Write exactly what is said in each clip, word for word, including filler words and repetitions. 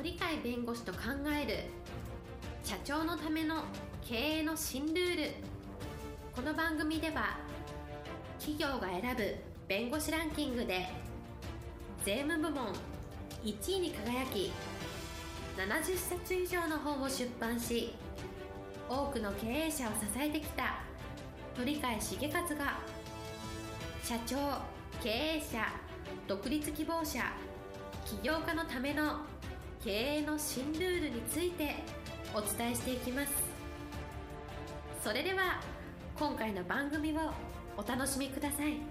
鳥飼弁護士と考える社長のための経営の新ルール。この番組では企業が選ぶ弁護士ランキングで税務部門いちいに輝き、ななじゅっさつ以上の本を出版し、多くの経営者を支えてきた鳥飼茂勝が、社長、経営者、独立希望者、起業家のための経営の新ルールについてお伝えしていきます。それでは今回の番組をお楽しみください。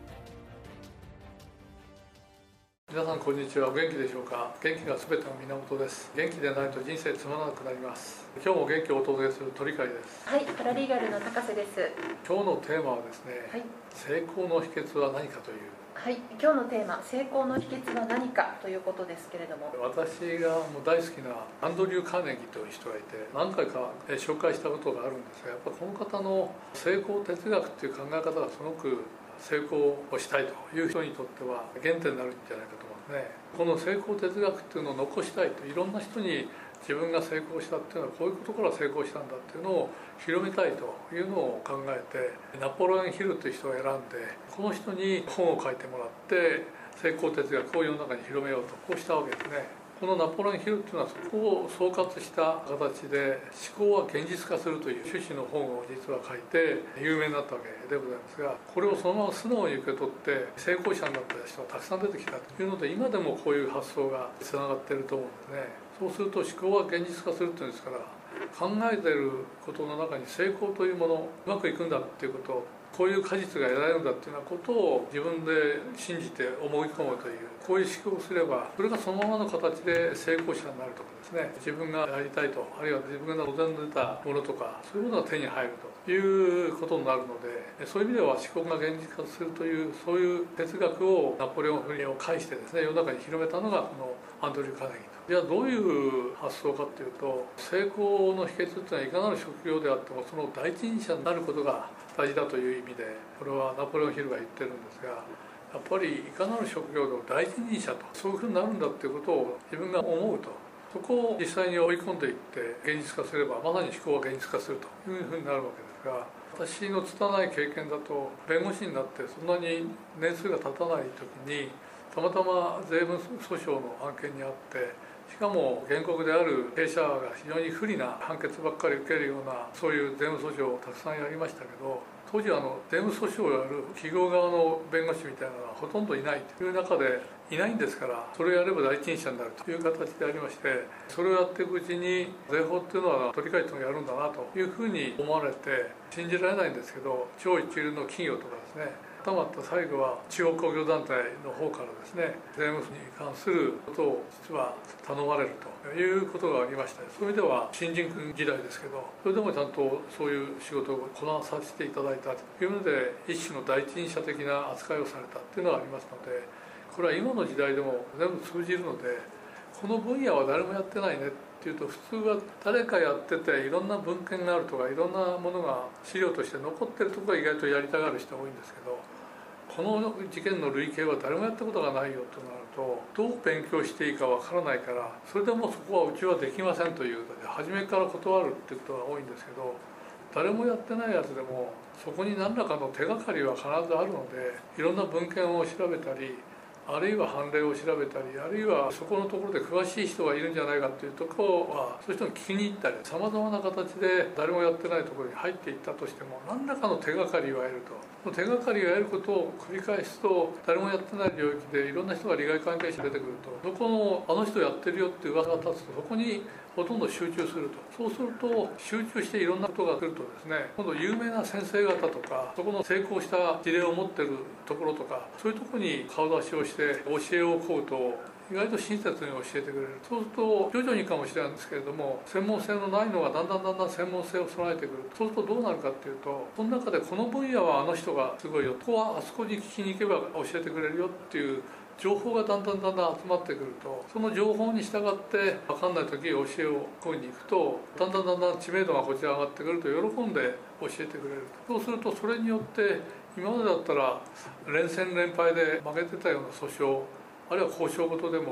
皆さんこんにちは。お元気でしょうか。元気がすべての源です。元気でないと人生つまらなくなります。今日も元気をお届けする鳥飼です。 はい、パラリーガルの高瀬です。 今日のテーマはですね、はい、成功の秘訣は何かという。 はい、今日のテーマ、成功の秘訣は何かということですけれども、 私がもう大好きなアンドリュー・カーネギーという人がいて、何回か紹介したことがあるんですが、やっぱこの方の成功哲学っていう考え方がすごく成功をしたいという人にとっては原点になるんじゃないかと思うんですね。この成功哲学っていうのを残したいと、いろんな人に自分が成功したっていうのはこういうことから成功したんだっていうのを広めたいというのを考えて、ナポレオン・ヒルという人を選んで、この人に本を書いてもらって成功哲学を世の中に広めようと、こうしたわけですね。このナポレオン・ヒルっていうのはそこを総括した形で思考は現実化するという趣旨の本を実は書いて有名になったわけでございますが、これをそのまま素直に受け取って成功者になった人がたくさん出てきたというので、今でもこういう発想がつながっていると思うんですね。そうすると思考は現実化するっていうんですから、考えていることの中に成功というもの、うまくいくんだっていうこと、こういう果実が得られるんだっていうようなことを自分で信じて思い込むという、こういう思考をすれば、それがそのままの形で成功者になるとかですね、自分がやりたいと、あるいは自分が望んでたものとか、そういうものが手に入るということになるので、そういう意味では思考が現実化するという、そういう哲学をナポレオン風に介してですね、世の中に広めたのがこのアンドリュー・カーネギーと。じゃあどういう発想かっていうと、成功の秘訣っていうのはいかなる職業であっても、その第一人者になることが大事だという意味で、これはナポレオン・ヒルが言ってるんですが、やっぱりいかなる職業でも第一人者と、そういうふうになるんだっていうことを自分が思うと、そこを実際に追い込んでいって現実化すれば、まさに思考は現実化するというふうになるわけですが、私の拙い経験だと、弁護士になってそんなに年数が経たない時にたまたま税務訴訟の案件にあって、しかも原告である経営者が非常に不利な判決ばっかり受けるような、そういう税務訴訟をたくさんやりましたけど、当時はあの税務訴訟をやる企業側の弁護士みたいなのはほとんどいないという中で、いないんですから、それをやれば第一人者になるという形でありまして、それをやっていくうちに税法っていうのは取り替えてもやるんだなというふうに思われて、信じられないんですけど、超一流の企業とかですね、たまった最後は中国工業団体の方からですね、税務に関することを実は頼まれるということがありまして、そういう意味では新人君時代ですけど、それでもちゃんとそういう仕事をこなさせていただいたというので、一種の第一人者的な扱いをされたというのがありますので、これは今の時代でも全部通じるので、この分野は誰もやってないねっていうと、普通は誰かやってていろんな文献があるとか、いろんなものが資料として残ってるところが意外とやりたがる人が多いんですけど、この事件の類型は誰もやったことがないよとなると、どう勉強していいかわからないから、それでもそこはうちはできませんということで初めから断るっていうことが多いんですけど、誰もやってないやつでもそこに何らかの手がかりは必ずあるので、いろんな文献を調べたり、あるいは判例を調べたり、あるいはそこのところで詳しい人がいるんじゃないかというところは、そういう人に聞きに行ったり、さまざまな形で誰もやってないところに入っていったとしても、何らかの手がかりを得ると。その手がかりを得ることを繰り返すと、誰もやってない領域でいろんな人が利害関係者出てくると、どこのあの人やってるよっていう噂が立つと、そこにほとんど集中すると。そうすると集中していろんなことが来るとですね、今度有名な先生方とか、そこの成功した事例を持ってるところとか、そういうところに顔出しをして教えを請うと、意外と親切に教えてくれる。そうすると徐々にかもしれないんですけれども、専門性のないのがだんだんだんだん専門性を備えてくる。そうするとどうなるかっていうと、その中でこの分野はあの人がすごいよ、ここはあそこに聞きに行けば教えてくれるよっていう情報がだんだんだんだん集まってくると、その情報に従って分かんない時教えを請いに行くと、だんだんだんだん知名度がこちら上がってくると、喜んで教えてくれると。そうするとそれによって、今までだったら連戦連敗で負けてたような訴訟、あるいは交渉事でも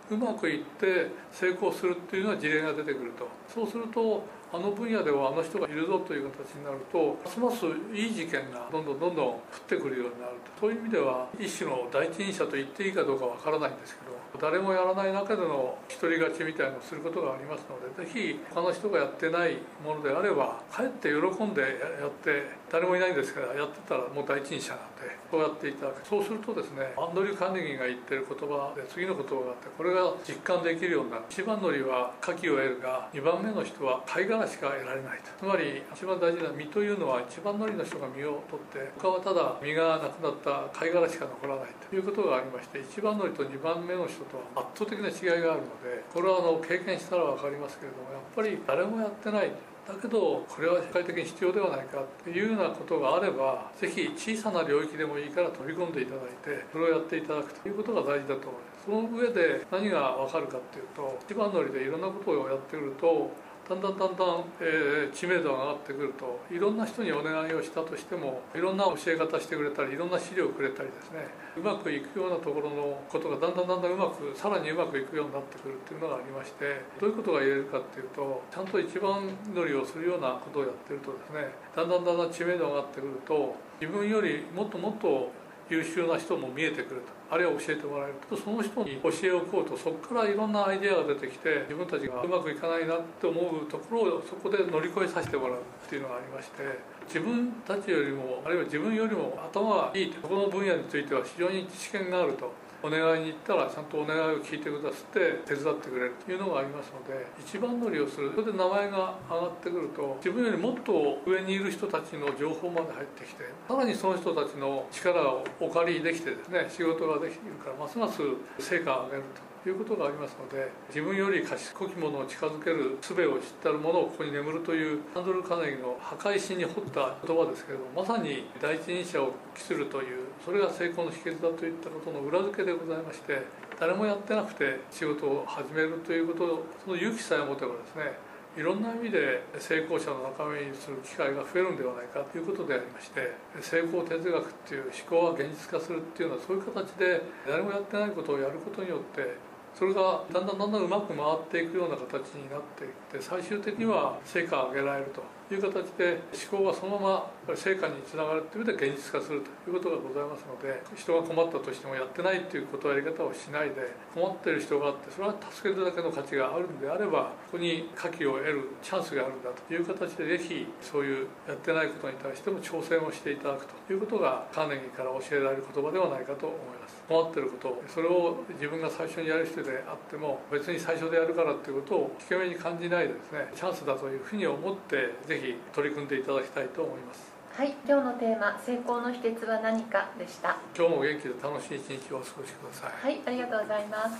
うまくいって成功するっていうのは事例が出てくると。そうするとあの分野ではあの人がいるぞという形になると、ますますいい事件がどんどんどんどん降ってくるようになると。そういう意味では一種の第一人者と言っていいかどうかわからないんですけど、誰もやらない中での一人勝ちみたいなのをすることがありますので、ぜひ他の人がやってないものであればかえって喜んでやって、誰もいないんですからやってたらもう第一人者なんで、こうやっていただく。そうするとですね、アンドリュー・カーネギーが言ってる言葉で次の言葉があって、これが実感できるようになる。一番乗りは牡蠣を得るが、二番目の人は貝殻しか得られないと。つまり一番大事な実というのは、一番乗りの人が実を取って他はただ実がなくなった貝殻しか残らないということがありまして、一番乗りと二番目の人とは圧倒的な違いがあるので、これはあの経験したら分かりますけれども、やっぱり誰もやってない、だけどこれは社会的に必要ではないかというようなことがあれば、ぜひ小さな領域でもいいから飛び込んでいただいて、それをやっていただくということが大事だと思います。その上で何が分かるかっていうと、一番乗りでいろんなことをやってくると、だんだんだんだん、えー、知名度が上がってくると、いろんな人にお願いをしたとしてもいろんな教え方してくれたり、いろんな資料をくれたりですね、うまくいくようなところのことがだんだんだんだんうまく、さらにうまくいくようになってくるっていうのがありまして、どういうことが言えるかっていうと、ちゃんと一番乗りをするようなことをやってるとですね、だんだんだんだん知名度が上がってくると、自分よりもっともっと優秀な人も見えてくると、あるいは教えてもらえると、その人に教えを請うと、そこからいろんなアイデアが出てきて、自分たちがうまくいかないなって思うところをそこで乗り越えさせてもらうっていうのがありまして、自分たちよりも、あるいは自分よりも頭がいいと、そこの分野については非常に知見があると、お願いに行ったらちゃんとお願いを聞いてくださって手伝ってくれるというのがありますので、一番乗りをする。それで名前が上がってくると、自分よりもっと上にいる人たちの情報まで入ってきて、さらにその人たちの力をお借りできてですね、仕事ができるから、ますます成果を上げるということがありますので、自分より賢き者を近づける術を知ってある者をここに眠るというアンドル・カーネギーの破壊神に彫った言葉ですけれども、まさに第一人者を期するという、それが成功の秘訣だといったことの裏付けでございまして、誰もやってなくて仕事を始めるということ、その勇気さえ持てばですね、いろんな意味で成功者の仲間にする機会が増えるんではないかということでありまして、成功哲学っていう思考は現実化するっていうのは、そういう形で誰もやってないことをやることによって、それがだんだんだんだんうまく回っていくような形になっていって、最終的には成果を上げられるという形で、思考がそのまま成果につながるという意味で現実化するということがございますので、人が困ったとしてもやってないという断り方をしないで、困っている人があって、それは助けるだけの価値があるんであれば、ここに牡蠣を得るチャンスがあるんだという形で、ぜひそういうやってないことに対しても挑戦をしていただくということが、カーネギーから教えられる言葉ではないかと思います。困っていること、それを自分が最初にやる人であっても、別に最初でやるからということを引け目に感じないでですね、チャンスだというふうに思ってぜひ取り組んでいただきたいと思います。 はい、今日のテーマ、成功の秘訣は何かでした。 今日も元気で楽しい一日をお過ごしください。 はい、ありがとうございます。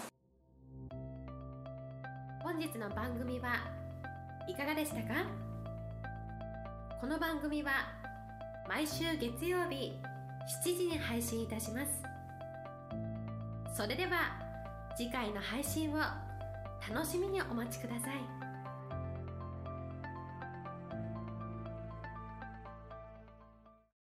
本日の番組はいかがでしたか？この番組は毎週月曜日しちじに配信いたします。それでは次回の配信を楽しみにお待ちください。